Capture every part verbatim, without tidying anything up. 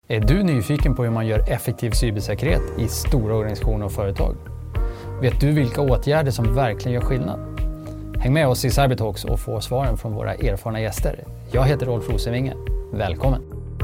Är du nyfiken på hur man gör effektiv cybersäkerhet i stora organisationer och företag? Vet du vilka åtgärder som verkligen gör skillnad? Häng med oss i Cybertalks och få svaren från våra erfarna gäster. Jag heter Rolf Rosenvinge. Välkommen!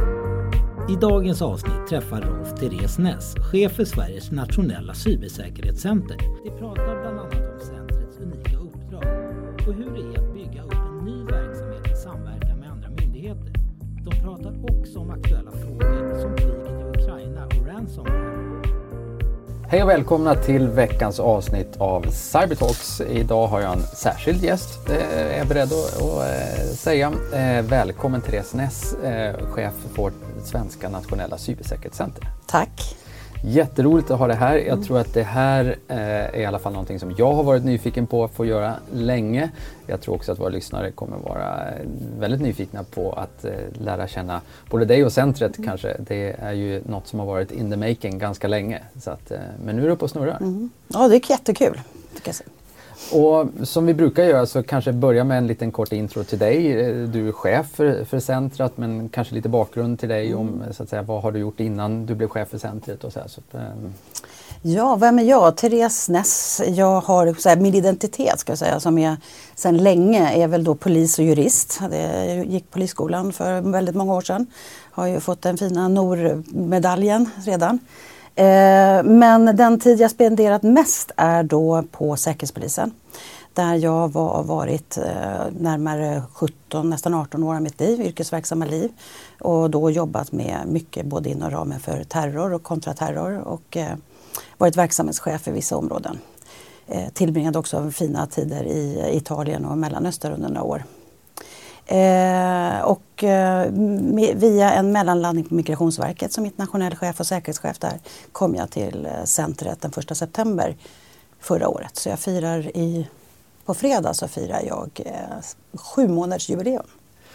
I dagens avsnitt träffar Rolf Therese Ness, chef för Sveriges nationella cybersäkerhetscenter. De pratar bland annat om centrets unika uppdrag och hur det är att bygga upp en ny verksamhet i samverkan med andra myndigheter. De pratar också om aktuella frågor som kriget i Ukraina och ransomware. Hej och välkomna till veckans avsnitt av Cybertalks. Idag har jag en särskild gäst, jag är beredd att, att säga. Välkommen Therese Ness, chef för vårt svenska nationella cybersäkerhetscenter. Tack. Jätteroligt att ha det här. Jag tror att det här är i alla fall någonting som jag har varit nyfiken på att få göra länge. Jag tror också att våra lyssnare kommer vara väldigt nyfikna på att lära känna både dig och centret mm. kanske. Det är ju något som har varit in the making ganska länge. Så att, men nu är det uppe och snurrar. Mm. Ja, det är jättekul. Tycker jag. Och som vi brukar göra så kanske börja med en liten kort intro till dig. Du är chef för, för centret, men kanske lite bakgrund till dig om så att säga, vad har du gjort innan du blev chef för centret och så här. Så, um... Ja, vem är jag? Therese Ness. Jag har så här, min identitet ska jag säga som är sedan länge är väl då polis och jurist. Jag gick polisskolan för väldigt många år sedan. Har ju fått den fina N O R-medaljen redan. Men den tid jag spenderat mest är då på Säkerhetspolisen. Där jag har varit närmare sjutton, nästan arton år av mitt liv, yrkesverksamma liv. Och då jobbat med mycket både inom ramen för terror och kontraterror och varit verksamhetschef i vissa områden. Tillbringade också fina tider i Italien och Mellanöstern under några år. Eh, och eh, med, via en mellanlandning på Migrationsverket som internationell chef och säkerhetschef där kom jag till eh, centret den första september förra året. Så jag firar i, på fredag så firar jag eh, sju månaders jubileum.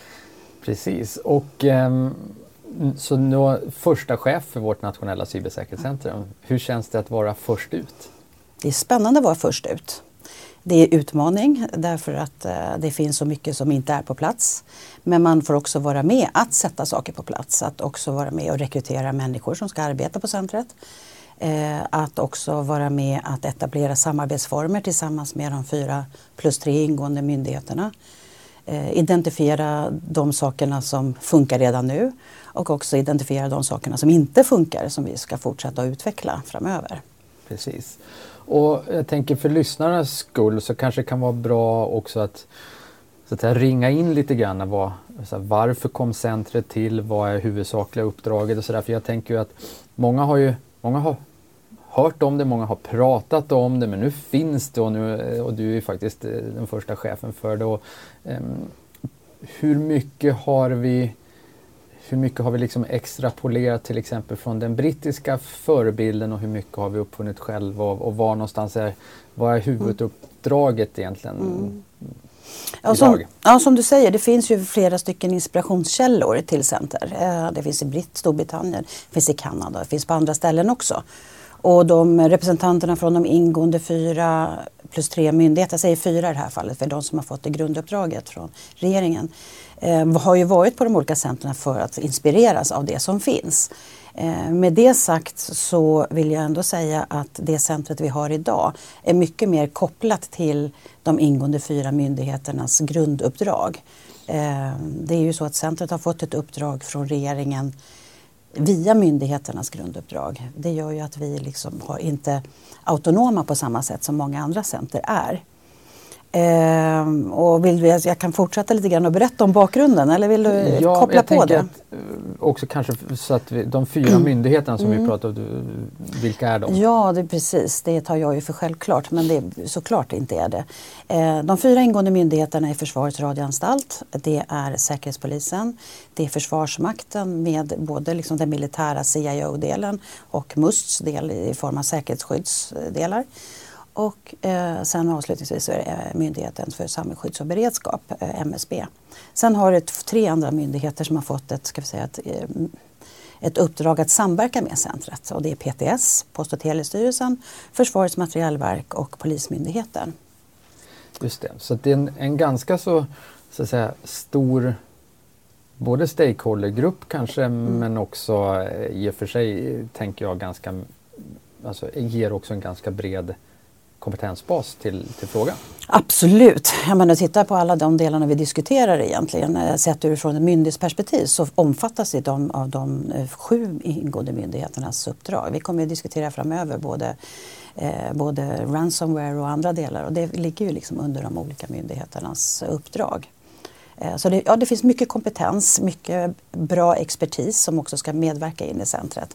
Precis, och eh, så nu första chef för vårt nationella cybersäkerhetscenter. Mm. Hur känns det att vara först ut? Det är spännande att vara först ut. Det är utmaning därför att eh, det finns så mycket som inte är på plats. Men man får också vara med att sätta saker på plats. Att också vara med och rekrytera människor som ska arbeta på centret. Eh, att också vara med att etablera samarbetsformer tillsammans med de fyra plus tre ingående myndigheterna. Eh, identifiera de sakerna som funkar redan nu. Och också identifiera de sakerna som inte funkar som vi ska fortsätta att utveckla framöver. Precis. Och jag tänker för lyssnarnas skull så kanske det kan vara bra också att, så att säga, ringa in lite grann vad, så här, varför kom centret till, vad är huvudsakliga uppdraget och sådär. För jag tänker ju att många har ju många har hört om det, många har pratat om det, men nu finns det och, nu, och du är ju faktiskt den första chefen för det. Och, um, hur mycket har vi Hur mycket har vi liksom extrapolerat till exempel från den brittiska förebilden och hur mycket har vi uppfunnit själv och, och var någonstans är, vad är huvuduppdraget egentligen mm. ja, som, ja, som du säger, det finns ju flera stycken inspirationskällor till center. Det finns i Britt, Storbritannien, det finns i Kanada, det finns på andra ställen också. Och de representanterna från de ingående fyra plus tre myndigheter, jag säger fyra i det här fallet för de som har fått det grunduppdraget från regeringen, eh, har ju varit på de olika centren för att inspireras av det som finns. Eh, med det sagt så vill jag ändå säga att det centret vi har idag är mycket mer kopplat till de ingående fyra myndigheternas grunduppdrag. Eh, det är ju så att centret har fått ett uppdrag från regeringen via myndigheternas grunduppdrag. Det gör ju att vi liksom har inte autonoma på samma sätt som många andra center är. Ehm, och vill du, jag kan fortsätta lite grann och berätta om bakgrunden eller vill du ja, koppla jag på det? Att, också kanske så att vi, de fyra mm. myndigheterna som mm. vi pratade om, vilka är de? Ja, det är precis. Det tar jag ju för självklart, men det är såklart inte är det. Ehm, de fyra ingående myndigheterna är Försvarets radioanstalt, det är Säkerhetspolisen, det är Försvarsmakten med både liksom den militära C I O-delen och M U Sts del i form av säkerhetsskyddsdelar. Och eh, sen avslutningsvis är det Myndigheten för samhällsskydd och beredskap, eh, M S B. Sen har det tre andra myndigheter som har fått ett, ska vi säga, ett, ett uppdrag att samverka med centret. Och det är P T S, Post- och telestyrelsen, Försvarets materielverk och Polismyndigheten. Just det, så det är en, en ganska så, så att säga, stor både stakeholdergrupp kanske mm. men också i och för sig tänker jag ganska, alltså ger också en ganska bred kompetensbas till, till frågan. Absolut. Jag menar, titta på alla de delarna vi diskuterar egentligen. Sett utifrån ett myndighetsperspektiv så omfattas det de, av de sju ingående myndigheternas uppdrag. Vi kommer att diskutera framöver både, eh, både ransomware och andra delar och det ligger ju liksom under de olika myndigheternas uppdrag. Eh, så det, ja, det finns mycket kompetens, mycket bra expertis som också ska medverka in i centret.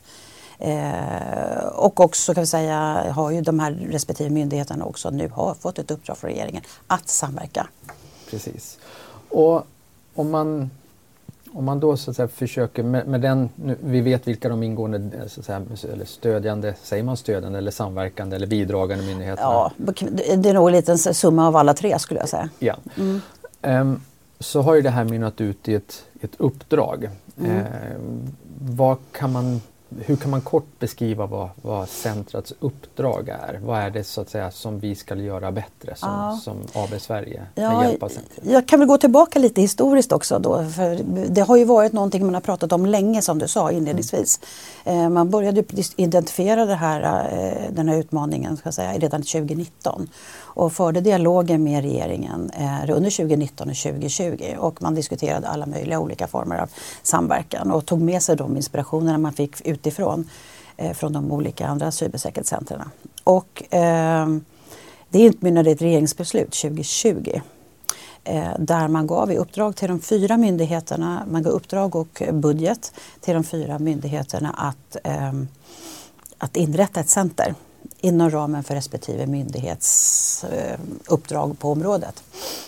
Eh, och också kan vi säga har ju de här respektive myndigheterna också nu har fått ett uppdrag från regeringen att samverka. Precis. Och om man, om man då så att säga försöker med, med den, nu, vi vet vilka de ingående så att säga, eller stödjande, säger man stödjande eller samverkande eller bidragande myndigheterna? Ja, det är nog en liten summa av alla tre skulle jag säga. Ja. Mm. Um, så har ju det här mynnat ut i ett, ett uppdrag. Mm. Uh, vad kan man Hur kan man kort beskriva vad, vad centrats uppdrag är? Vad är det så att säga som vi ska göra bättre som, ja. som A B Sverige ja, med hjälp av centret? Jag kan väl gå tillbaka lite historiskt också då. För det har ju varit någonting man har pratat om länge som du sa inledningsvis. Mm. Man började identifiera det här, den här utmaningen ska jag säga, redan tjugonitton. Och förde dialogen med regeringen under tjugonitton och tjugotjugo. Och man diskuterade alla möjliga olika former av samverkan. Och tog med sig de inspirationerna man fick utifrån eh, från de olika andra cybersäkerhetscentren. Och eh, det utmynnade ett regeringsbeslut tjugotjugo eh, där man gav i uppdrag till de fyra myndigheterna, man gav uppdrag och budget till de fyra myndigheterna att, eh, att inrätta ett center inom ramen för respektive myndighets eh, uppdrag på området.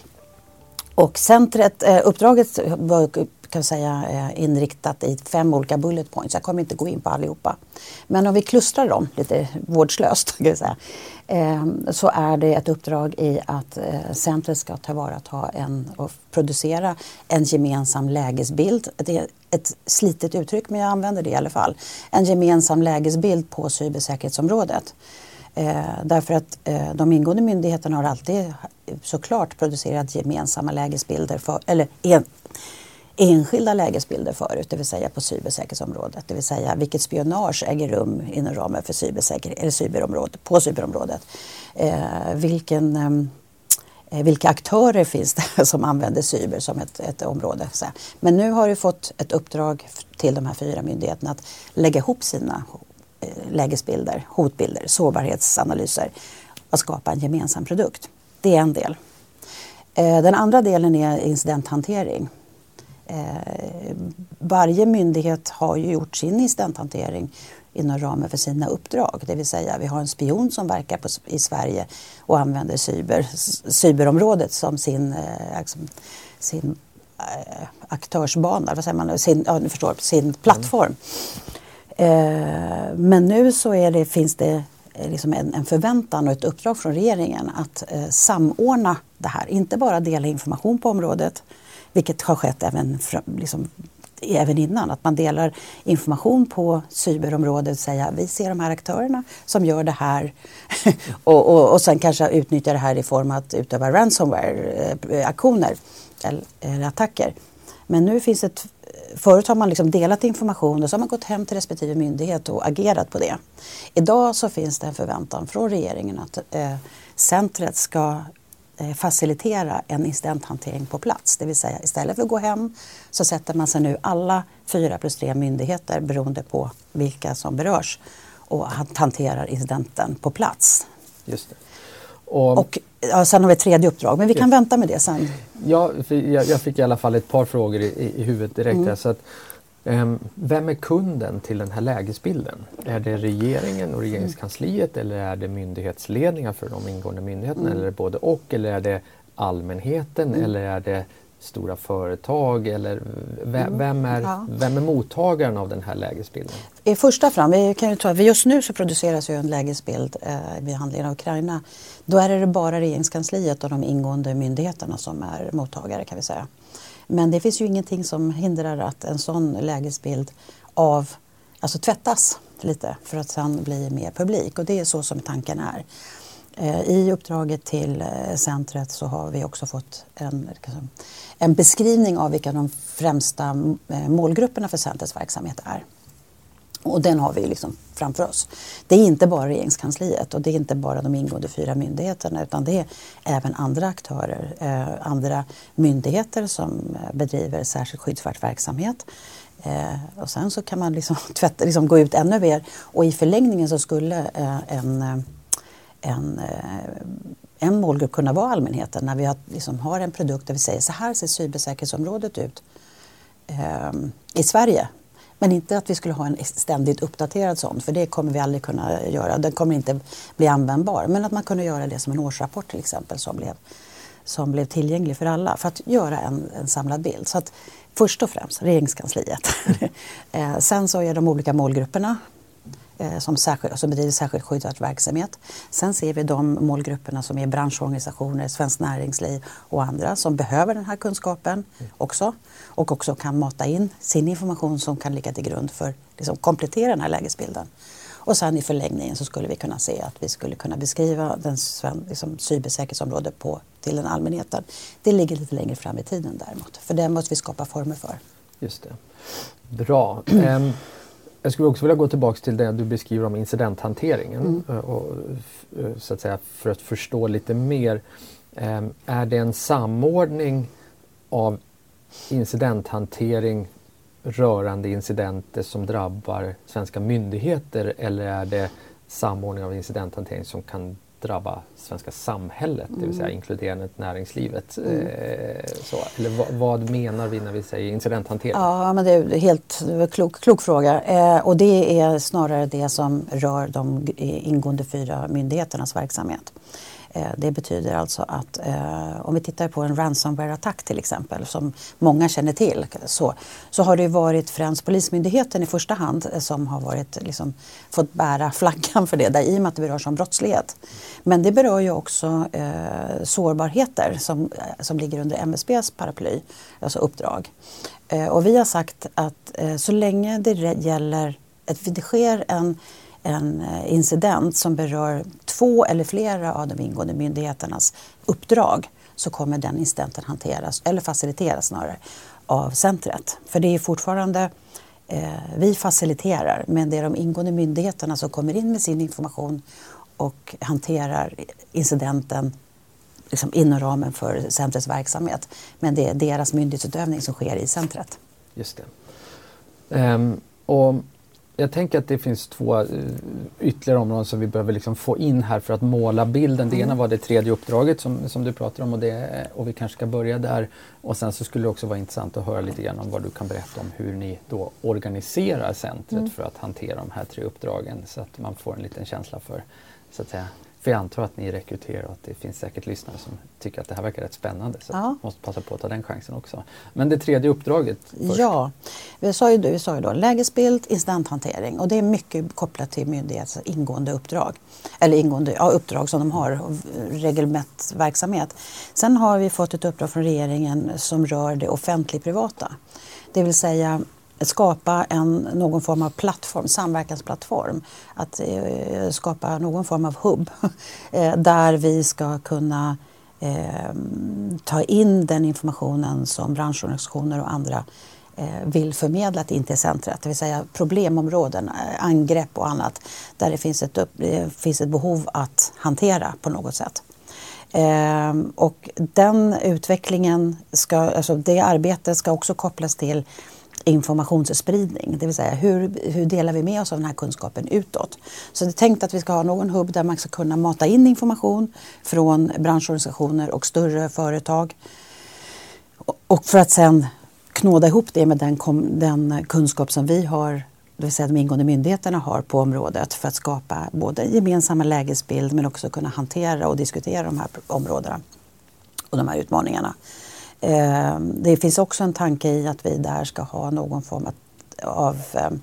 Och centret, eh, uppdraget var kan säga inriktat i fem olika bullet points. Jag kommer inte gå in på allihopa. Men om vi klustrar dem lite vårdslöst kan jag säga, eh, så är det ett uppdrag i att eh, centret ska tillvarata en och producera en gemensam lägesbild. Det är ett slitet uttryck men jag använder det i alla fall. En gemensam lägesbild på cybersäkerhetsområdet. Eh, därför att eh, de ingående myndigheterna har alltid såklart producerat gemensamma lägesbilder för, eller en, enskilda lägesbilder förut, det vill säga på cybersäkerhetsområdet. Det vill säga vilket spionage äger rum inom ramen för cybersäkerhet, eller cyberområdet, på cyberområdet. Eh, vilken, eh, vilka aktörer finns det som använder cyber som ett, ett område. Så. Men nu har vi fått ett uppdrag till de här fyra myndigheterna att lägga ihop sina eh, lägesbilder, hotbilder, sårbarhetsanalyser och skapa en gemensam produkt. Det är en del. Eh, den andra delen är incidenthantering. Eh, varje myndighet har ju gjort sin incidenthantering inom ramen för sina uppdrag. Det vill säga vi har en spion som verkar på, i Sverige och använder cyber, cyberområdet som sin, eh, sin eh, aktörsbana, vad säger man, sin, ja, ni förstår, sin plattform. Eh, men nu så är det, finns det liksom en, en förväntan och ett uppdrag från regeringen att eh, samordna det här. Inte bara dela information på området, vilket har skett även, liksom, även innan. Att man delar information på cyberområdet, säga vi ser de här aktörerna som gör det här och, och, och sen kanske utnyttja det här i form att utöva ransomware-aktioner eller, eller attacker. Men nu finns ett, förut har man liksom delat information och så har man gått hem till respektive myndighet och agerat på det. Idag så finns det en förväntan från regeringen att eh, centret ska facilitera en incidenthantering på plats. Det vill säga istället för att gå hem så sätter man sig nu alla fyra plus tre myndigheter beroende på vilka som berörs och hanterar incidenten på plats. Just det. Och, och ja, sen har vi ett tredje uppdrag, men vi kan vänta med det sen. Ja, jag, jag fick i alla fall ett par frågor i, i huvudet direkt. Mm. Så att, um, vem är kunden till den här lägesbilden? Är det regeringen och regeringskansliet mm. eller är det myndighetsledningar för de ingående myndigheterna? Mm. Eller är det både och? Eller är det allmänheten? Mm. Eller är det stora företag? Eller vem, vem, är, ja. vem är mottagaren av den här lägesbilden? I första fram, vi kan ju ta, just nu så produceras ju en lägesbild eh, vid handlingen av Ukraina. Då är det bara regeringskansliet och de ingående myndigheterna som är mottagare kan vi säga. Men det finns ju ingenting som hindrar att en sån lägesbild av, alltså tvättas lite för att sedan bli mer publik. Och det är så som tanken är. I uppdraget till centret så har vi också fått en, en beskrivning av vilka de främsta målgrupperna för centrets verksamhet är. Och den har vi liksom framför oss. Det är inte bara regeringskansliet och det är inte bara de ingående fyra myndigheterna utan det är även andra aktörer, eh, andra myndigheter som bedriver särskilt skyddsvärd verksamhet. Eh, och sen så kan man liksom, tvätta, liksom gå ut ännu mer och i förlängningen så skulle eh, en, en, en målgrupp kunna vara allmänheten när vi har, liksom, har en produkt där vi säger så här ser cybersäkerhetsområdet ut eh, i Sverige. Men inte att vi skulle ha en ständigt uppdaterad sån, för det kommer vi aldrig kunna göra. Den kommer inte bli användbar. Men att man kunde göra det som en årsrapport till exempel som blev, som blev tillgänglig för alla för att göra en, en samlad bild. Så att först och främst regeringskansliet. eh, sen så är de olika målgrupperna eh, som, särskild, som bedriver särskilt skyddsvärd verksamhet. Sen ser vi de målgrupperna som är branschorganisationer, Svenskt Näringsliv och andra som behöver den här kunskapen också. Och också kan mata in sin information som kan ligga till grund för liksom, komplettera den här lägesbilden. Och sen i förlängningen så skulle vi kunna se att vi skulle kunna beskriva den liksom, cybersäkerhetsområdet på, till den allmänheten. Det ligger lite längre fram i tiden däremot. För det måste vi skapa former för. Just det. Bra. Mm. Jag skulle också vilja gå tillbaka till det du beskriver om incidenthanteringen. Mm. Och, så att säga, för att förstå lite mer. Är det en samordning av incidenthantering rörande incidenter som drabbar svenska myndigheter eller är det samordning av incidenthantering som kan drabba svenska samhället, mm. det vill säga inkluderande näringslivet? Mm. Eh, så. Eller vad, vad menar vi när vi säger incidenthantering? Ja, men det är en helt klok, klok fråga eh, och det är snarare det som rör de ingående fyra myndigheternas verksamhet. Det betyder alltså att eh, om vi tittar på en ransomware-attack till exempel som många känner till så, så har det varit främst Polismyndigheten i första hand som har varit, liksom, fått bära flaggan för det där, i och med att det berör som brottslighet. Men det berör ju också eh, sårbarheter som, som ligger under M S B:s paraply, alltså uppdrag. Eh, och vi har sagt att eh, så länge det gäller att det sker en en incident som berör två eller flera av de ingående myndigheternas uppdrag så kommer den incidenten hanteras, eller faciliteras snarare, av centret. För det är fortfarande, eh, vi faciliterar, men det är de ingående myndigheterna som kommer in med sin information och hanterar incidenten liksom inom ramen för centrets verksamhet. Men det är deras myndighetsutövning som sker i centret. Just det. Um, och jag tänker att det finns två ytterligare områden som vi behöver liksom få in här för att måla bilden. Det ena var det tredje uppdraget som, som du pratar om och, det, och vi kanske ska börja där. Och sen så skulle det också vara intressant att höra lite grann om vad du kan berätta om hur ni då organiserar centret mm. för att hantera de här tre uppdragen så att man får en liten känsla för, så att säga. För jag antar att ni rekryterar och att det finns säkert lyssnare som tycker att det här verkar rätt spännande. Så ja. måste passa på att ta den chansen också. Men det tredje uppdraget först. Ja, vi sa ju, vi sa ju då lägesbild, incidenthantering. Och det är mycket kopplat till myndighets ingående uppdrag. Eller ingående ja, uppdrag som de har, regelmässig verksamhet. Sen har vi fått ett uppdrag från regeringen som rör det offentlig-privata. Det vill säga skapa en, någon form av plattform, samverkansplattform. Att eh, skapa någon form av hubb eh, där vi ska kunna eh, ta in den informationen som branschorganisationer och andra eh, vill förmedla in till centret. Det vill säga problemområden, angrepp och annat där det finns ett, upp, det finns ett behov att hantera på något sätt. Eh, och den utvecklingen, ska, alltså det arbetet ska också kopplas till informationsspridning, det vill säga hur, hur delar vi med oss av den här kunskapen utåt. Så det är tänkt att vi ska ha någon hubb där man ska kunna mata in information från branschorganisationer och större företag och för att sen knåda ihop det med den, den kunskap som vi har, det vill säga de ingående myndigheterna har på området för att skapa både gemensamma lägesbild men också kunna hantera och diskutera de här områdena och de här utmaningarna. Det finns också en tanke i att vi där ska ha någon form av,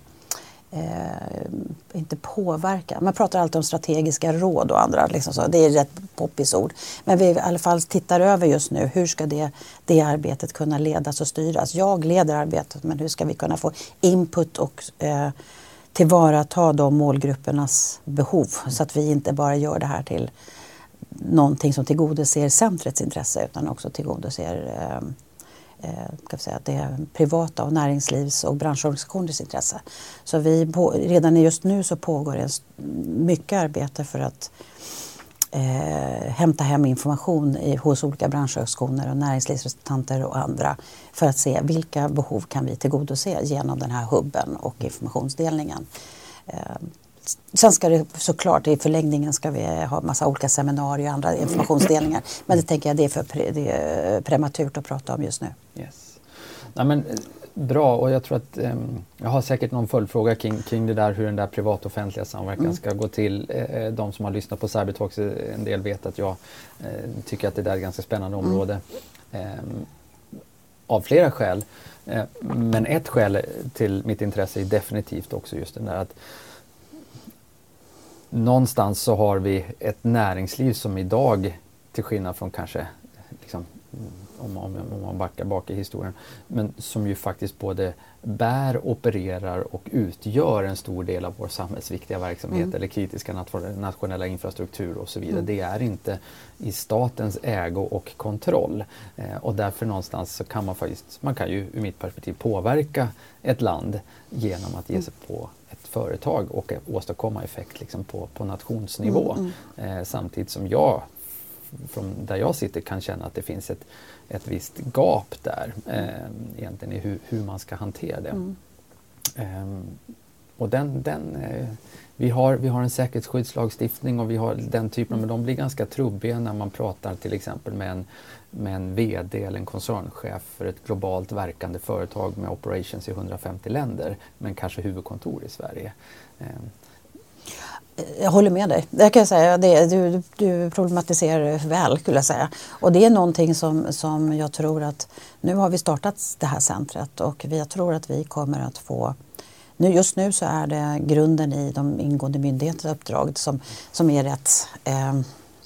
eh, inte påverka, man pratar alltid om strategiska råd och andra, liksom så. Det är rätt poppis ord. Men vi i alla fall tittar över just nu, hur ska det, det arbetet kunna ledas och styras? Jag leder arbetet, men hur ska vi kunna få input och eh, tillvarata de målgruppernas behov så att vi inte bara gör det här till någonting som tillgodoser centrets intresse utan också tillgodoser eh, eh, kan säga, det privata och näringslivs- och branschorganisationers intresse. Så vi på, redan just nu så pågår det mycket arbete för att eh, hämta hem information i, hos olika branschorganisationer och näringslivsrepresentanter och andra för att se vilka behov kan vi tillgodose genom den här hubben och informationsdelningen. Eh, Sen ska det såklart i förlängningen ska vi ha massa olika seminarier och andra informationsdelningar. Men det tänker jag det är för pre, det är prematurt att prata om just nu. Yes. Nej, men, bra, och jag tror att eh, jag har säkert någon följdfråga kring, kring det där hur den där privat-offentliga samverkan mm. ska gå till. Eh, de som har lyssnat på Cybertalks en del vet att jag eh, tycker att det där är ett ganska spännande område. Mm. Eh, av flera skäl. Eh, men ett skäl till mitt intresse är definitivt också just den där att någonstans så har vi ett näringsliv som idag, till skillnad från kanske, liksom, om, om, om man backar bak i historien, men som ju faktiskt både bär, opererar och utgör en stor del av vår samhällsviktiga verksamhet mm. eller kritiska nationella infrastruktur och så vidare. Mm. Det är inte i statens ägo och kontroll. Eh, och därför någonstans så kan man faktiskt, man kan ju ur mitt perspektiv påverka ett land genom att ge sig på ett företag och åstadkomma effekt liksom på, på nationsnivå. Mm, mm. Eh, samtidigt som jag, från där jag sitter, kan känna att det finns ett, ett visst gap där eh, egentligen i hur, hur man ska hantera det. Mm. Eh, och den, den, eh, vi, har, vi har en säkerhetsskyddslagstiftning och vi har den typen, men de blir ganska trubbiga när man pratar till exempel med en med en vd eller en koncernchef för ett globalt verkande företag med operations i hundrafemtio länder, men kanske huvudkontor i Sverige. Jag håller med dig. Det kan jag säga. Det, du, du problematiserar väl, skulle jag säga. Och det är någonting som, som jag tror att nu har vi startat det här centret och vi, jag tror att vi kommer att få nu, just nu så är det grunden i de ingående myndigheternas uppdrag som, som är rätt eh,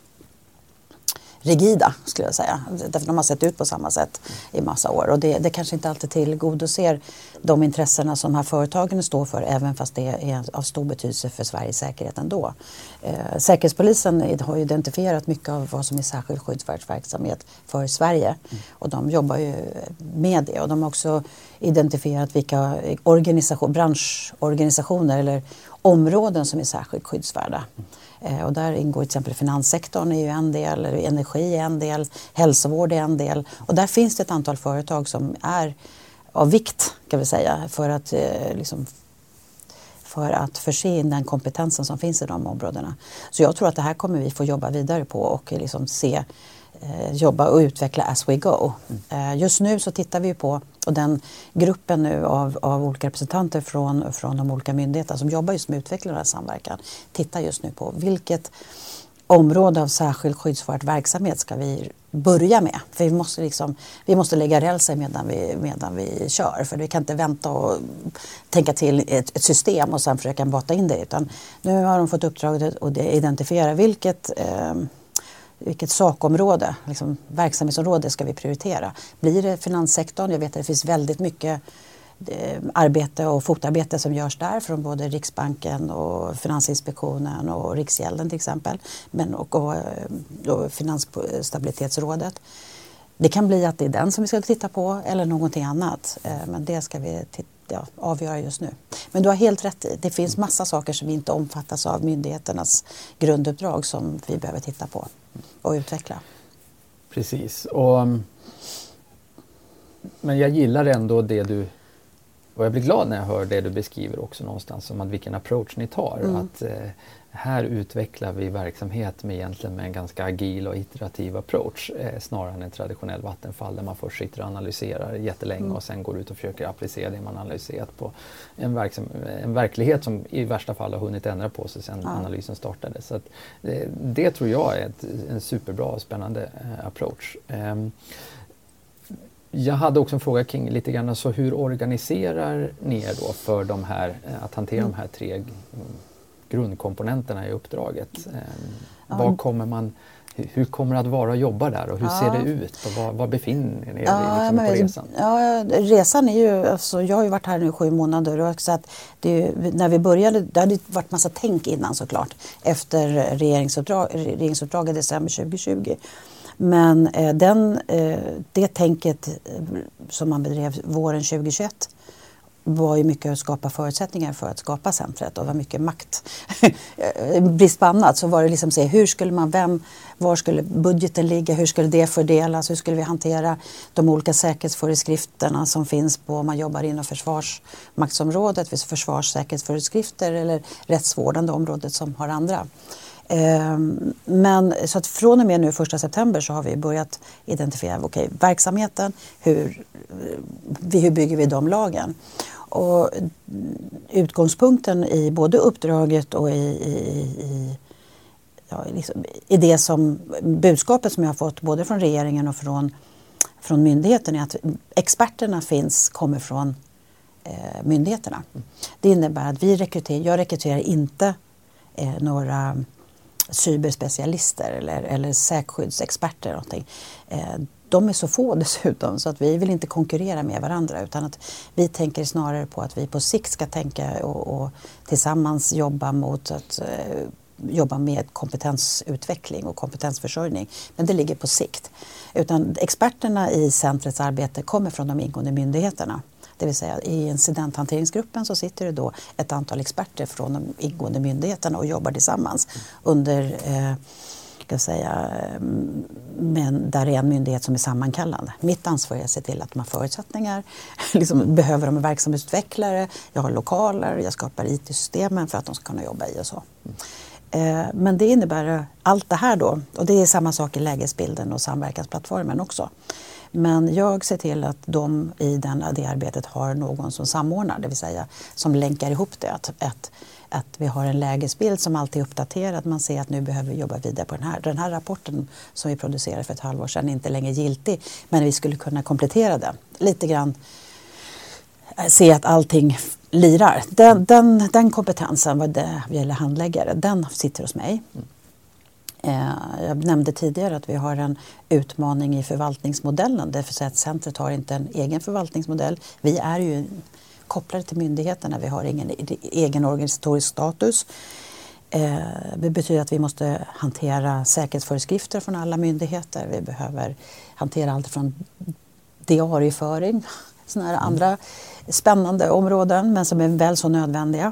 rigida, skulle jag säga. Därför de har sett ut på samma sätt i massa år. Och det, det kanske inte alltid tillgodoser de intressena som här företagen står för, även fast det är av stor betydelse för Sveriges säkerhet ändå. Eh, Säkerhetspolisen har identifierat mycket av vad som är särskild skyddsvärd verksamhet för Sverige. Mm. Och de jobbar ju med det. Och de har också identifierat vilka organisation, branschorganisationer eller områden som är särskilt skyddsvärda. Mm. Och där ingår till exempel finanssektorn är ju en del, energi är en del, hälsovård är en del. Och där finns det ett antal företag som är av vikt, kan vi säga, för att, liksom, för att förse in den kompetensen som finns i de områdena. Så jag tror att det här kommer vi få jobba vidare på och liksom se, eh, jobba och utveckla as we go. Mm. Eh, just nu så tittar vi på, och den gruppen nu av, av olika representanter från, från de olika myndigheterna som jobbar just med utveckling av den här samverkan, tittar just nu på vilket område av särskild skyddsvärd verksamhet ska vi börja med. För vi måste, liksom, vi måste lägga rälser medan vi, medan vi kör. För vi kan inte vänta och tänka till ett, ett system och sen försöka bata in det. Utan nu har de fått uppdraget att identifiera vilket, eh, vilket sakområde, liksom, verksamhetsområde ska vi prioritera. Blir det finanssektorn? Jag vet att det finns väldigt mycket arbete och fotarbete som görs där från både Riksbanken och Finansinspektionen och Riksgälden till exempel, men och, och, och Finansstabilitetsrådet. Det kan bli att det är den som vi ska titta på eller någonting annat, men det ska vi titta, ja, avgöra just nu. Men du har helt rätt i, det finns massa saker som inte omfattas av myndigheternas grunduppdrag som vi behöver titta på och utveckla. Precis, och, men jag gillar ändå det du. Och jag blir glad när jag hör det du beskriver också någonstans om att vilken approach ni tar. Mm. Att eh, här utvecklar vi verksamhet med egentligen med en ganska agil och iterativ approach. Eh, snarare än en traditionell vattenfall där man först sitter och analyserar jättelänge mm. och sen går ut och försöker applicera det man analyserat på en, verksam- en verklighet som i värsta fall har hunnit ändra på sig sedan ja. analysen startade. Så att, eh, det tror jag är ett, en superbra och spännande eh, approach. Eh, Jag hade också en fråga kring lite grann, så hur organiserar ni er då för de här, att hantera mm. de här tre grundkomponenterna i uppdraget? Eh, ja. Vad kommer man, hur kommer det att vara att jobba där och hur ja. ser det ut och var, var befinner ni er ja, liksom men, på resan? Ja, resan är ju, alltså, jag har ju varit här nu i sju månader och så att det är ju, när vi började, det hade varit massa tänk innan såklart efter regeringsuppdrag, regeringsuppdraget i december tjugo tjugo. Men eh, den, eh, det tänket eh, som man bedrev våren tjugo tjugoett var ju mycket att skapa förutsättningar för att skapa centret och var mycket makt. Brist på annat så var det liksom se hur skulle man, vem, var skulle budgeten ligga, hur skulle det fördelas, hur skulle vi hantera de olika säkerhetsföreskrifterna som finns på om man jobbar inom försvarsmaktsområdet, vid försvarssäkerhetsföreskrifter eller rättsvårdande området som har andra. Men så att från och med nu första september så har vi börjat identifiera okay, verksamheten, hur, hur bygger vi de lagen. Och utgångspunkten i både uppdraget och i, i, i, ja, liksom, i det som budskapet som jag har fått både från regeringen och från, från myndigheten är att experterna finns, kommer från eh, myndigheterna. Det innebär att vi rekryterar, jag rekryterar inte eh, några cyberspecialister eller, eller säkerhetsexperter. Någonting. Eh, de är så få dessutom så att vi vill inte konkurrera med varandra utan att vi tänker snarare på att vi på sikt ska tänka och, och tillsammans jobba mot att eh, jobba med kompetensutveckling och kompetensförsörjning. Men det ligger på sikt. Utan experterna i centrets arbete kommer från de ingående myndigheterna. Det vill säga i incidenthanteringsgruppen så sitter det då ett antal experter från de ingående myndigheterna och jobbar tillsammans under, eh, ska jag säga, men där är en myndighet som är sammankallande. Mitt ansvar är att se till att de har förutsättningar, liksom, behöver de en verksamhetsutvecklare, jag har lokaler, jag skapar I T-systemen för att de ska kunna jobba i och så. Eh, men det innebär allt det här då, och det är samma sak i lägesbilden och samverkansplattformen också. Men jag ser till att de i den, det arbetet har någon som samordnar, det vill säga som länkar ihop det. Att, att, att vi har en lägesbild som alltid är uppdaterad. Man ser att nu behöver vi jobba vidare på den här. Den här rapporten som vi producerade för ett halvår sedan är inte längre giltig. Men vi skulle kunna komplettera den. Lite grann se att allting lirar. Den, den, den kompetensen vad det gäller handläggare, den sitter hos mig. Jag nämnde tidigare att vi har en utmaning i förvaltningsmodellen. Därför att centret har inte en egen förvaltningsmodell. Vi är ju kopplade till myndigheterna. Vi har ingen egen organisatorisk status. Det betyder att vi måste hantera säkerhetsföreskrifter från alla myndigheter. Vi behöver hantera allt från diarieföring, sådana här andra spännande områden men som är väl så nödvändiga.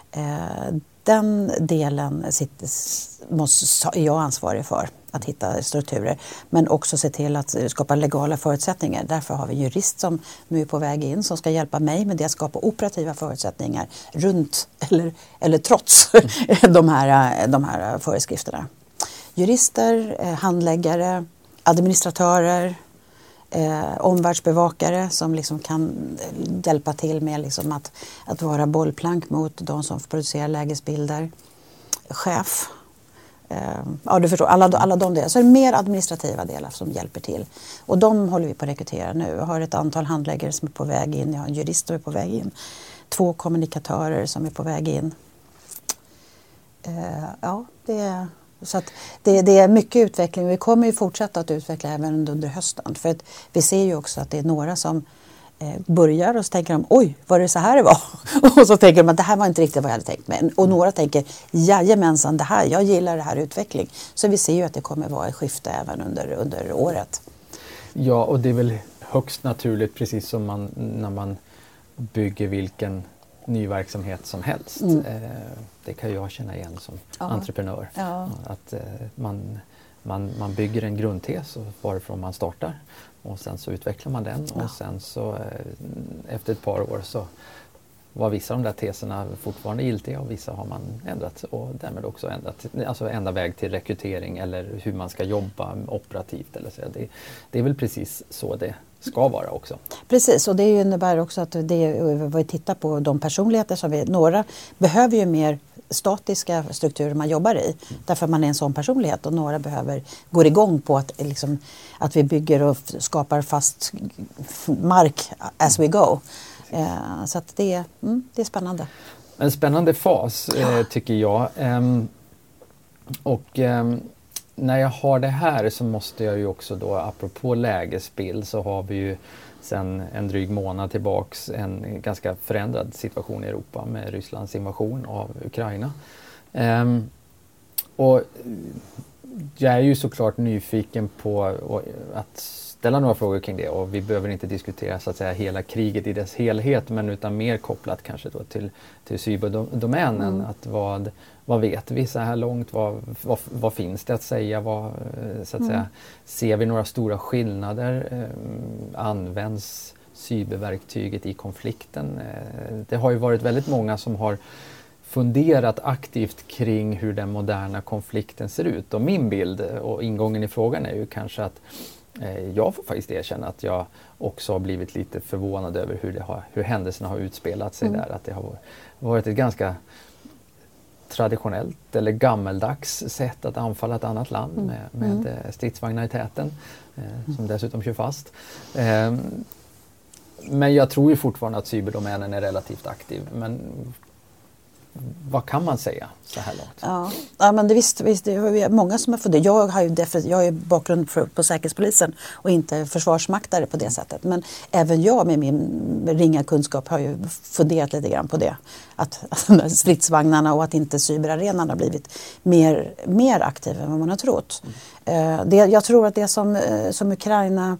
Den delen sitter, måste, är jag ansvarig för, att hitta strukturer. Men också se till att skapa legala förutsättningar. Därför har vi en jurist som nu är på väg in som ska hjälpa mig med det att skapa operativa förutsättningar runt eller, eller trots de, här, de här föreskrifterna. Jurister, handläggare, administratörer, Eh, omvärldsbevakare som liksom kan hjälpa till med liksom att, att vara bollplank mot de som producerar lägesbilder. Chef. Eh, ja, du förstår. Alla, alla de delar. Så är det mer administrativa delar som hjälper till. Och de håller vi på att rekrytera nu. Jag har ett antal handläggare som är på väg in. Jag har en jurist som är på väg in. Två kommunikatörer som är på väg in. Eh, ja, det är... Så att det, det är mycket utveckling. Vi kommer ju fortsätta att utveckla även under hösten. För att vi ser ju också att det är några som eh, börjar och så tänker de, oj, var det så här det var? Och så tänker de att det här var inte riktigt vad jag hade tänkt mig. Och några tänker, jajamensan, det här, jag gillar det här utveckling. Så vi ser ju att det kommer vara ett skifte även under, under året. Ja, och det är väl högst naturligt, precis som man, när man bygger vilken ny verksamhet som helst. Mm. Eh, det kan jag känna igen som ja. entreprenör. Ja. Att eh, man, man, man bygger en grundtes och varifrån man startar och sen så utvecklar man den ja. och sen så eh, efter ett par år så var vissa av de där teserna fortfarande giltiga och vissa har man ändrat och därmed också ändrat, alltså ända väg till rekrytering eller hur man ska jobba operativt eller så. Det, det är väl precis så det ska vara också. Precis, och det innebär också att det, vi tittar på de personligheter som vi, några behöver ju mer statiska strukturer man jobbar i, mm. därför att man är en sån personlighet och några behöver gå igång på att, liksom, att vi bygger och skapar fast mark as we go. Eh, så att det, mm, det är spännande. En spännande fas eh, tycker jag. Ehm, och ehm, när jag har det här så måste jag ju också då, apropå lägesbild, så har vi ju sen en dryg månad tillbaks en ganska förändrad situation i Europa med Rysslands invasion av Ukraina. Um, och jag är ju såklart nyfiken på att ställa några frågor kring det, och vi behöver inte diskutera så att säga hela kriget i dess helhet, men utan mer kopplat kanske då till, till cyberdomänen. Mm. Att vad, vad vet vi så här långt? Vad, vad, vad finns det att säga? Vad, så att mm. säga, ser vi några stora skillnader? Eh, används cyberverktyget i konflikten? Eh, det har ju varit väldigt många som har funderat aktivt kring hur den moderna konflikten ser ut. Och min bild och ingången i frågan är ju kanske att eh, jag får faktiskt erkänna att jag också har blivit lite förvånad över hur, det har, hur händelserna har utspelat sig mm. där. Att det har varit ett ganska traditionellt eller gammeldags sätt att anfalla ett annat land mm. med, med mm. stridsvagnar i täten eh, som dessutom kör fast. Eh, men jag tror ju fortfarande att cyberdomänen är relativt aktiv. Men vad kan man säga så här långt? Ja, ja men det visst, visst det är många som har fått det. Jag har ju jag har ju bakgrund för, på Säkerhetspolisen och inte försvarsmaktare på det sättet. Men även jag med min ringa kunskap har ju funderat lite grann på det. Att, att stridsvagnarna och att inte cyberarenan har blivit mer, mer aktiva än vad man har trott. Mm. Uh, det, jag tror att det som, uh, som Ukraina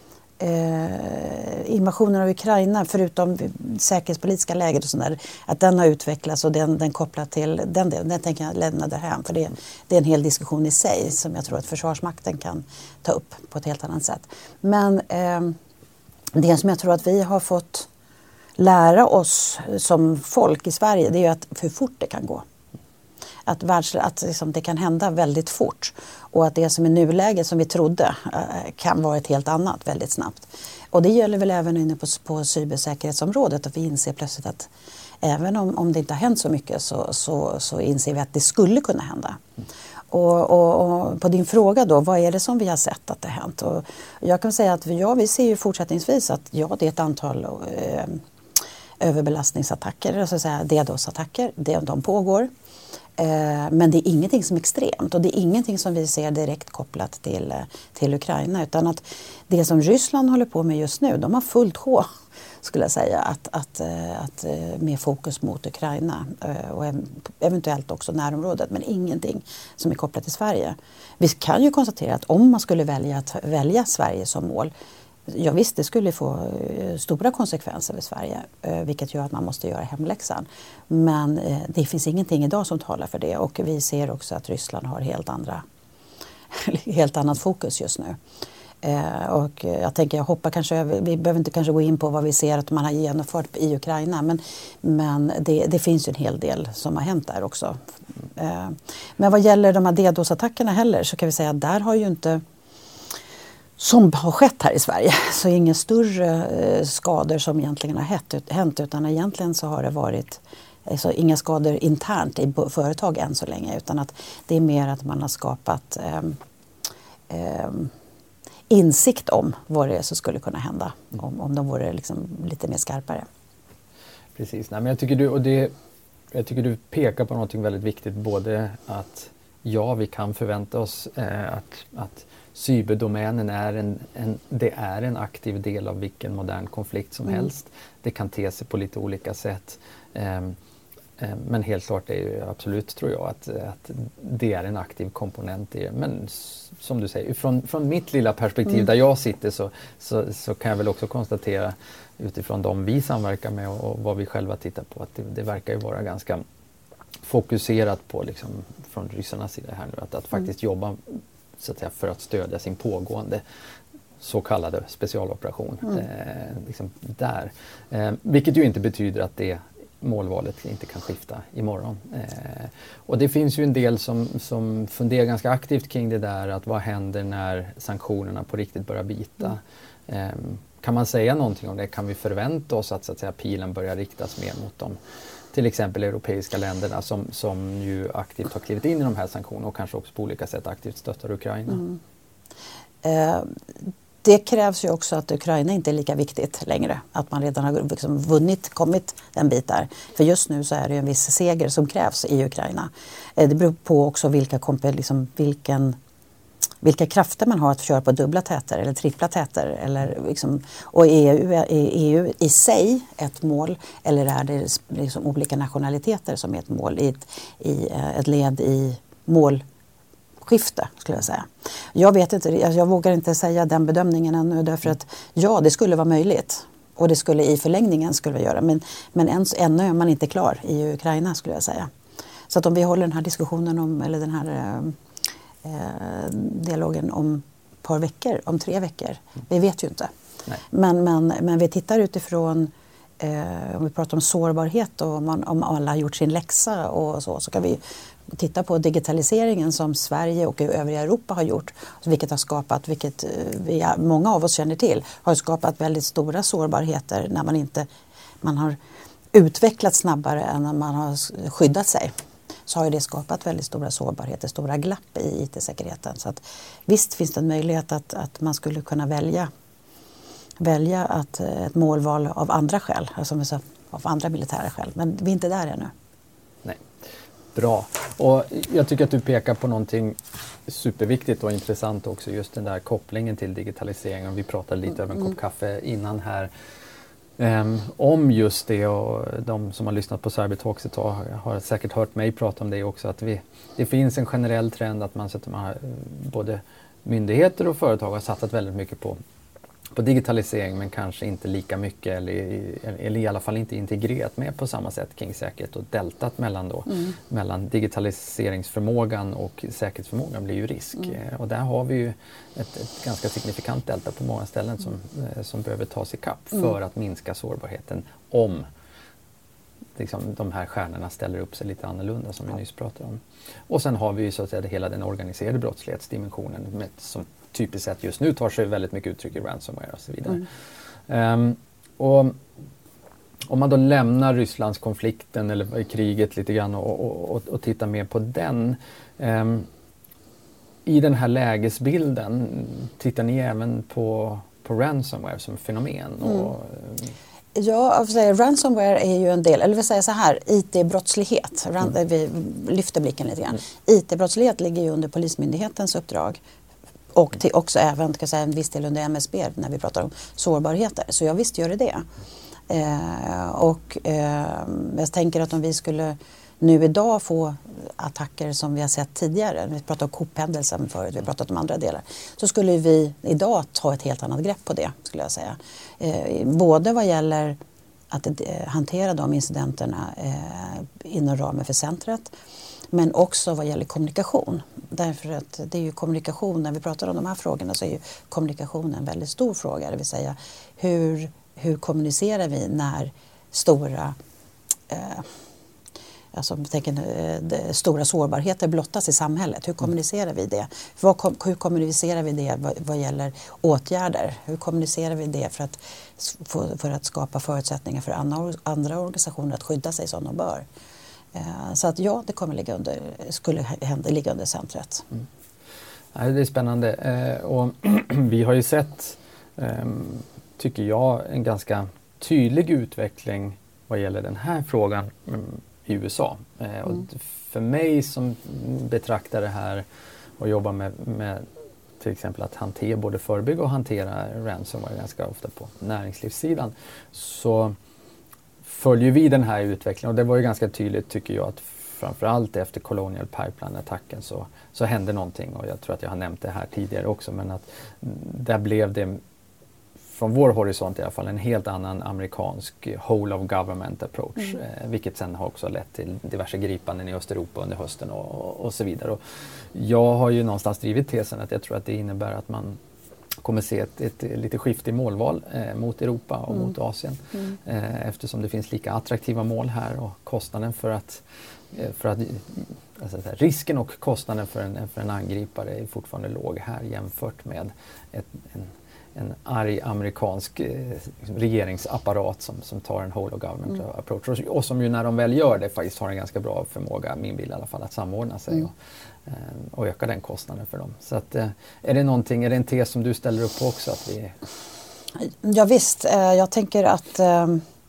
Eh, invasionen av Ukraina, förutom säkerhetspolitiska läget och sådär, att den har utvecklats och den, den kopplar till den delen, den tänker jag lämna det här, för det, det är en hel diskussion i sig som jag tror att Försvarsmakten kan ta upp på ett helt annat sätt. Men eh, det som jag tror att vi har fått lära oss som folk i Sverige, det är ju att hur fort det kan gå. Att, världs, att liksom det kan hända väldigt fort och att det som är nuläget som vi trodde eh, kan vara ett helt annat väldigt snabbt. Och det gäller väl även inne på, på cybersäkerhetsområdet, att vi inser plötsligt att även om, om det inte har hänt så mycket så, så, så inser vi att det skulle kunna hända. Mm. Och, och, och på din fråga då, vad är det som vi har sett att det har hänt? Och jag kan säga att vi, ja, vi ser ju fortsättningsvis att ja, det är ett antal eh, överbelastningsattacker, så att säga DDoS-attacker, det, de pågår. Men det är ingenting som är extremt och det är ingenting som vi ser direkt kopplat till, till Ukraina, utan att det som Ryssland håller på med just nu, de har fullt sjå, skulle jag säga, att, att, att med fokus mot Ukraina och eventuellt också närområdet, men ingenting som är kopplat till Sverige. Vi kan ju konstatera att om man skulle välja att välja Sverige som mål, ja visst, det skulle få stora konsekvenser för Sverige, vilket gör att man måste göra hemläxan. Men det finns ingenting idag som talar för det, och vi ser också att Ryssland har helt andra, helt annat fokus just nu. Och jag tänker, jag hoppar kanske, vi behöver inte kanske gå in på vad vi ser att man har genomfört i Ukraina, men, men det, det finns ju en hel del som har hänt där också. Men vad gäller de här DDoS-attackerna heller, så kan vi säga att där har ju inte, som har skett här i Sverige, så är inga större eh, skador som egentligen har hänt, hänt, utan egentligen så har det varit alltså, inga skador internt i företag än så länge, utan att det är mer att man har skapat eh, eh, insikt om vad det är som skulle kunna hända mm. om, om de vore liksom lite mer skarpare. Precis, nej, men jag tycker du, och det, jag tycker du pekar på något väldigt viktigt, både att ja, vi kan förvänta oss eh, att, att cyberdomänen är en, en, det är en aktiv del av vilken modern konflikt som mm. helst. Det kan te sig på lite olika sätt. Um, um, men helt klart är ju absolut, tror jag, att, att det är en aktiv komponent i det. Men s- som du säger, från, från mitt lilla perspektiv mm. där jag sitter så, så, så kan jag väl också konstatera utifrån de vi samverkar med och, och vad vi själva tittar på, att det, det verkar ju vara ganska fokuserat på liksom, från ryssarnas sida här nu, att, att faktiskt mm. jobba så att säga, för att stödja sin pågående så kallade specialoperation mm. eh, liksom där. Eh, vilket ju inte betyder att det målvalet inte kan skifta imorgon. Eh, och det finns ju en del som, som funderar ganska aktivt kring det där, att vad händer när sanktionerna på riktigt börjar bita? Mm. Eh, kan man säga någonting om det? Kan vi förvänta oss att, så att säga, pilen börjar riktas mer mot dem? Till exempel europeiska länderna som, som ju aktivt har klivit in i de här sanktionerna och kanske också på olika sätt aktivt stöttar Ukraina. Mm. Eh, det krävs ju också att Ukraina inte är lika viktigt längre. Att man redan har liksom vunnit, kommit en bit där. För just nu så är det en viss seger som krävs i Ukraina. Eh, det beror på också vilka, liksom, vilken vilka krafter man har att köra på dubbla täter eller trippla täter. Eller liksom, och är E U, är E U i sig ett mål eller är det liksom olika nationaliteter som är ett mål i ett, i ett led i målskifte skulle jag säga. Jag vet inte, jag vågar inte säga den bedömningen ännu därför att ja, det skulle vara möjligt. Och det skulle i förlängningen skulle vi göra. Men, men än, ännu är man inte klar i Ukraina skulle jag säga. Så att om vi håller den här diskussionen om, eller den här eh, dialogen om ett par veckor, om tre veckor. Mm. Vi vet ju inte. Men, men, men vi tittar utifrån, eh, om vi pratar om sårbarhet och om, man, om alla har gjort sin läxa och så, så kan vi titta på digitaliseringen som Sverige och övriga Europa har gjort, vilket har skapat, vilket vi, många av oss känner till, har skapat väldigt stora sårbarheter när man inte man har utvecklat snabbare än när man har skyddat sig. Så har det skapat väldigt stora sårbarheter, stora glapp i I T-säkerheten. Så att, visst finns det en möjlighet att, att man skulle kunna välja, välja att, ett målval av andra skäl, alltså av andra militära skäl, men vi är inte där ännu. Nej. Bra. Och jag tycker att du pekar på någonting superviktigt och intressant också, just den där kopplingen till digitaliseringen. Vi pratade lite över en kopp kaffe innan här um, om just det, och de som har lyssnat på Cybertalks ett tag har säkert hört mig prata om det också, att vi, det finns en generell trend att man, så att man har, både myndigheter och företag har satsat väldigt mycket på på digitalisering, men kanske inte lika mycket eller, eller i alla fall inte integrerat med på samma sätt kring säkerhet, och deltat mellan, då, mm. mellan digitaliseringsförmågan och säkerhetsförmågan blir ju risk. Mm. Och där har vi ju ett, ett ganska signifikant delta på många ställen som, mm. som behöver tas i kapp mm. för att minska sårbarheten om liksom, de här stjärnorna ställer upp sig lite annorlunda som vi nyss pratade om. Och sen har vi ju så att säga hela den organiserade brottslighetsdimensionen med, som typiskt sett just nu tar sig väldigt mycket uttryck i ransomware och så vidare. Mm. Um, och om man då lämnar Rysslands konflikten eller kriget lite grann och, och, och, och tittar mer på den. Um, I den här lägesbilden tittar ni även på, på ransomware som fenomen? Mm. Och, Ja, jag vill säga, ransomware är ju en del, eller vill säga så här, I T-brottslighet, mm. vi lyfter blicken lite grann. Mm. I T-brottslighet ligger ju under Polismyndighetens uppdrag. Och till också även ska säga, en viss del under M S B när vi pratar om sårbarheter. Så jag visst gör det det. Eh, och eh, jag tänker att om vi skulle nu idag få attacker som vi har sett tidigare, vi pratade om Coop-händelsen förut, vi pratat om andra delar, så skulle vi idag ta ett helt annat grepp på det, skulle jag säga. Eh, både vad gäller att eh, hantera de incidenterna eh, inom ramen för centret, men också vad gäller kommunikation. Därför att det är ju kommunikation, när vi pratar om de här frågorna så är ju kommunikation en väldigt stor fråga. Det vill säga hur, hur kommunicerar vi när stora, eh, alltså, tänker, eh, stora sårbarheter blottas i samhället? Hur kommunicerar vi det? Vad, hur kommunicerar vi det vad, vad gäller åtgärder? Hur kommunicerar vi det för att, för, för att skapa förutsättningar för andra, andra organisationer att skydda sig som de bör? Så att ja, det kommer ligga under, skulle hända, ligga under centret. Mm. Ja, det är spännande. Eh, och vi har ju sett, eh, tycker jag, en ganska tydlig utveckling vad gäller den här frågan mm, i U S A. Eh, och mm. för mig som betraktar det här och jobbar med, med till exempel att hantera, både förebygga och hantera ransomware ganska ofta på näringslivssidan, så följer vi den här utvecklingen, och det var ju ganska tydligt tycker jag att framförallt efter Colonial Pipeline-attacken så, så hände någonting, och jag tror att jag har nämnt det här tidigare också, men att där blev det från vår horisont i alla fall en helt annan amerikansk whole of government approach, mm. eh, vilket sen har också lett till diverse gripanden i Östeuropa under hösten och, och, och så vidare. Och jag har ju någonstans drivit tesen att jag tror att det innebär att man kommer se ett, ett, ett lite skifte i målval eh, mot Europa och mm. mot Asien. Mm. Eh, eftersom det finns lika attraktiva mål här, och kostnaden för att, eh, för att alltså, risken och kostnaden för en, för en angripare är fortfarande låg här jämfört med ett, en, en arg amerikansk eh, regeringsapparat som, som tar en whole of government mm. approach, och, och som ju när de väl gör det faktiskt har en ganska bra förmåga, min bild i alla fall, att samordna sig mm. och och öka den kostnaden för dem. Så att, är det någonting, är det en tes som du ställer upp på också? Att vi... Ja visst, jag tänker att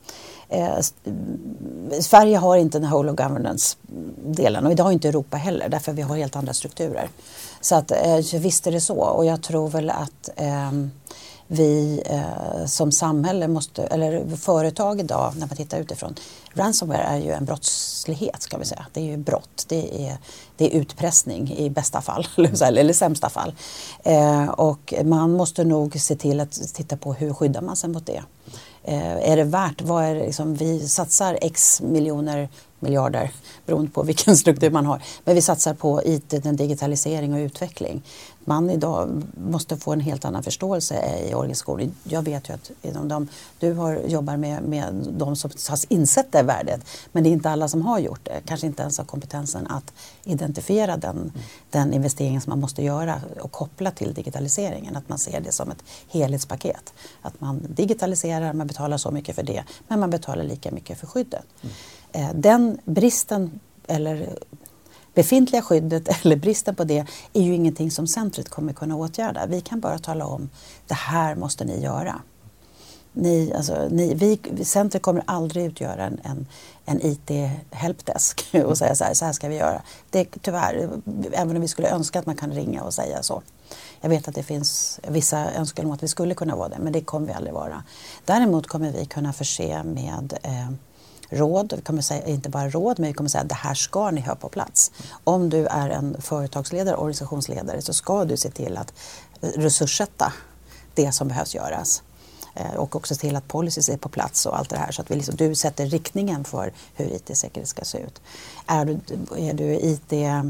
Eh, Sverige har inte den whole of governance-delen och det har inte Europa heller därför vi har helt andra strukturer. Så att, eh, visst är det så och jag tror väl att eh, vi eh, som samhälle måste, eller företag idag när man tittar utifrån, ransomware är ju en brottslighet ska vi säga. Det är ju brott, det är, det är utpressning i bästa fall eller sämsta fall. Eh, och man måste nog se till att titta på hur skyddar man sig mot det. Eh, är det värt, vad är det liksom, vi satsar x miljoner miljarder beroende på vilken struktur man har. Men vi satsar på I T, den digitalisering och utveckling. Man idag måste få en helt annan förståelse i organisationen. Jag vet ju att inom de, du har, jobbar med, med de som har insett det värdet. Men det är inte alla som har gjort det. Kanske inte ens har kompetensen att identifiera den, mm. den investeringen som man måste göra och koppla till digitaliseringen. Att man ser det som ett helhetspaket. Att man digitaliserar, man betalar så mycket för det. Men man betalar lika mycket för skyddet. Mm. Den bristen eller befintliga skyddet eller bristen på det är ju ingenting som centret kommer kunna åtgärda. Vi kan bara tala om det här måste ni göra. Ni, alltså, ni, vi, centret kommer aldrig utgöra en, en, en I T-helpdesk och säga så här, så här ska vi göra. Det, tyvärr, även om vi skulle önska att man kan ringa och säga så. Jag vet att det finns vissa önskemål om att vi skulle kunna vara det, men det kommer vi aldrig vara. Däremot kommer vi kunna förse med eh, råd, vi kommer säga, inte bara råd, men vi kommer säga att det här ska ni ha på plats. Om du är en företagsledare, organisationsledare så ska du se till att resurssätta det som behövs göras. Eh, och också se till att policies är på plats och allt det här så att vi liksom, du sätter riktningen för hur I T-säkerhet ska se ut. Är du, är du I T... Eh,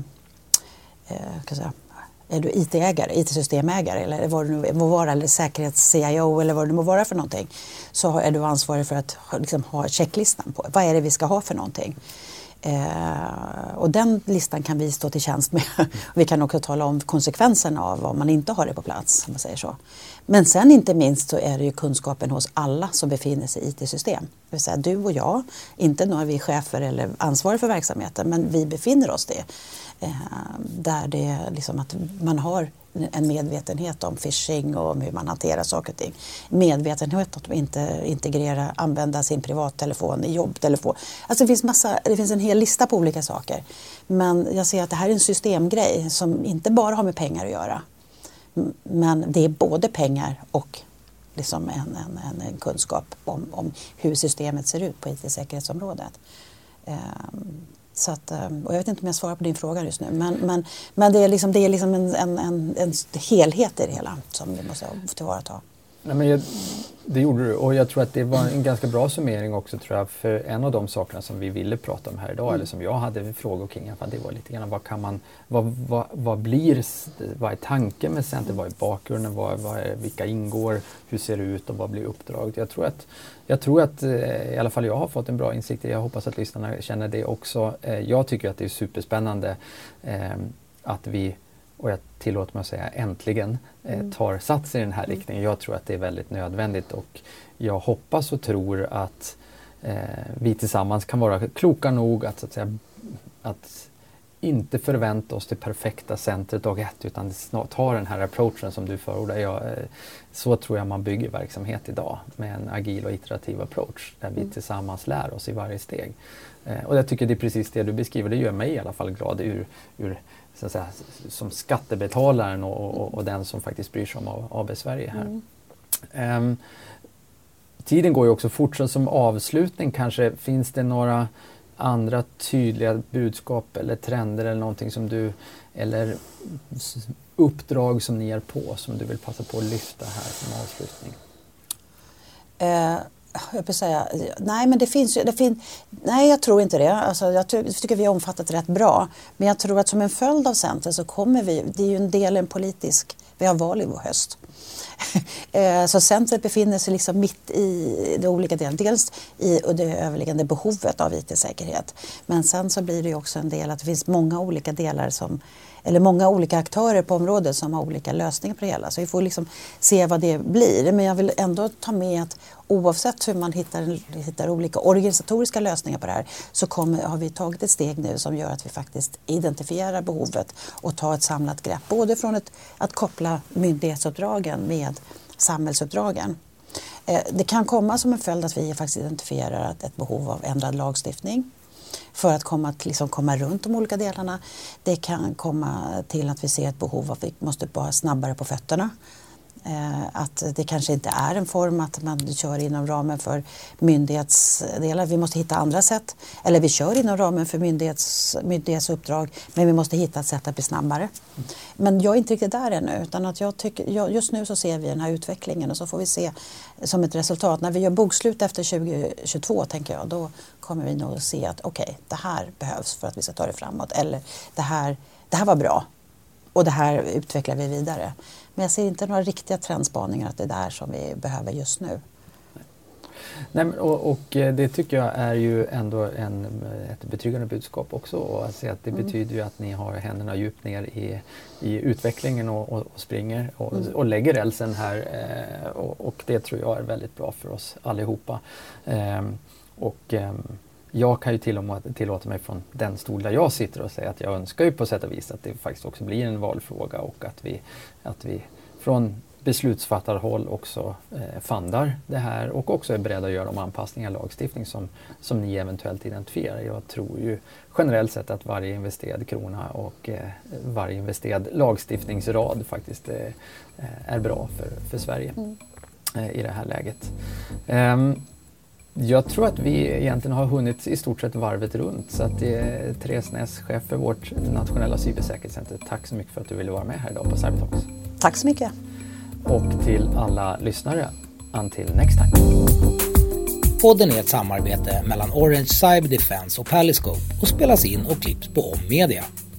kan säga, är du I T-ägare, I T-systemägare eller vad du nu må vara, eller säkerhets-C I O eller vad det må vara för någonting, så är du ansvarig för att liksom, ha checklistan på. Vad är det vi ska ha för någonting? Eh, och den listan kan vi stå till tjänst med. Vi kan också tala om konsekvenserna av om man inte har det på plats, om man säger så. Men sen inte minst så är det ju kunskapen hos alla som befinner sig i I T-system. Det vill säga du och jag, inte några vi chefer eller ansvariga för verksamheten, men vi befinner oss det. Eh, där det är liksom att man har en medvetenhet om phishing och om hur man hanterar saker och ting. Medvetenhet att inte integrera, använda sin privattelefon i jobbtelefon. Alltså det finns massa, det finns en hel lista på olika saker. Men jag ser att det här är en systemgrej som inte bara har med pengar att göra. Men det är både pengar och liksom en, en, en kunskap om, om hur systemet ser ut på I T-säkerhetsområdet. Um, Så att, och jag vet inte om jag svarar på din fråga just nu, men, men, men det är liksom, det är liksom en, en, en, en helhet i det hela som vi måste tillvarata. Nej, men jag, det gjorde du, och jag tror att det var en ganska bra summering också, tror jag, för en av de sakerna som vi ville prata om här idag, mm. eller som jag hade frågor kring, det var lite grann vad kan man, vad, vad, vad blir, vad är tanken med center, vad är bakgrunden, vad, vad är, vilka ingår, hur ser det ut och vad blir uppdraget? Jag tror att, jag tror att i alla fall jag har fått en bra insikt, jag hoppas att lyssnarna känner det också. Jag tycker att det är superspännande eh, att vi, och jag tillåter mig att säga äntligen, eh, tar sats i den här riktningen. Jag tror att det är väldigt nödvändigt och jag hoppas och tror att eh, vi tillsammans kan vara kloka nog att, så att, säga, att inte förvänta oss det perfekta centret dag ett, utan ta den här approachen som du förordar. Jag, eh, så tror jag man bygger verksamhet idag, med en agil och iterativ approach där vi tillsammans lär oss i varje steg. Eh, och jag tycker det är precis det du beskriver, det gör mig i alla fall glad ur, ur så att säga, som skattebetalaren och, och, och den som faktiskt bryr sig om A B Sverige här. Mm. Um, tiden går ju också fort, så som avslutning kanske, finns det några andra tydliga budskap eller trender eller någonting som du, eller uppdrag som ni är på, som du vill passa på att lyfta här som avslutning? Uh. Jag vill säga, nej men det finns ju, det fin, nej jag tror inte det. Alltså, jag tycker vi har omfattat rätt bra. Men jag tror att som en följd av centret så kommer vi, det är ju en del en politisk, vi har val i vår höst. Så centret befinner sig liksom mitt i de olika delarna. Dels i det överliggande behovet av I T-säkerhet. Men sen så blir det ju också en del att det finns många olika delar som, eller många olika aktörer på området som har olika lösningar på det hela. Så vi får liksom se vad det blir. Men jag vill ändå ta med att oavsett hur man hittar, hittar olika organisatoriska lösningar på det här, så kommer, har vi tagit ett steg nu som gör att vi faktiskt identifierar behovet och tar ett samlat grepp. Både från ett, att koppla myndighetsuppdragen med samhällsuppdragen. Det kan komma som en följd att vi faktiskt identifierar ett behov av ändrad lagstiftning för att komma, liksom komma runt de olika delarna. Det kan komma till att vi ser ett behov av att vi måste vara snabbare på fötterna. Att det kanske inte är en form att man kör inom ramen för myndighetsdelar. Vi måste hitta andra sätt. Eller vi kör inom ramen för myndighets, myndighetsuppdrag, men vi måste hitta ett sätt att bli snabbare. Men jag är inte riktigt där ännu, utan att jag tycker, jag, just nu så ser vi den här utvecklingen och så får vi se som ett resultat. När vi gör bokslut efter tjugo tjugotvå, tänker jag, då kommer vi nog att se att okej, okay, det här behövs för att vi ska ta det framåt. Eller det här, det här var bra och det här utvecklar vi vidare. Men jag ser inte några riktiga trendspaningar att det är där som vi behöver just nu. Nej, och, och det tycker jag är ju ändå en, ett betryggande budskap också. Och att se att det mm. betyder ju att ni har händerna djupt ner i, i utvecklingen och, och, och springer och, mm. och lägger rälsen här. Eh, och, och det tror jag är väldigt bra för oss allihopa. Eh, och eh, jag kan ju till och med tillåta mig från den stol där jag sitter och säga att jag önskar ju på sätt och vis att det faktiskt också blir en valfråga och att vi, att vi från beslutsfattarhåll också eh, fandar det här och också är beredda att göra de anpassningar av lagstiftning som, som ni eventuellt identifierar. Jag tror ju generellt sett att varje investerad krona och eh, varje investerad lagstiftningsrad faktiskt eh, är bra för, för Sverige mm. eh, i det här läget. Um, Jag tror att vi egentligen har hunnit i stort sett varvet runt. Så att eh, Therese Näss, chef för vårt nationella cybersäkerhetscenter, tack så mycket för att du ville vara med här idag på Cybertalks. Tack så mycket. Och till alla lyssnare, until next time. Podden är ett samarbete mellan Orange Cyber Defense och Paliscope och spelas in och klipps på Om Media.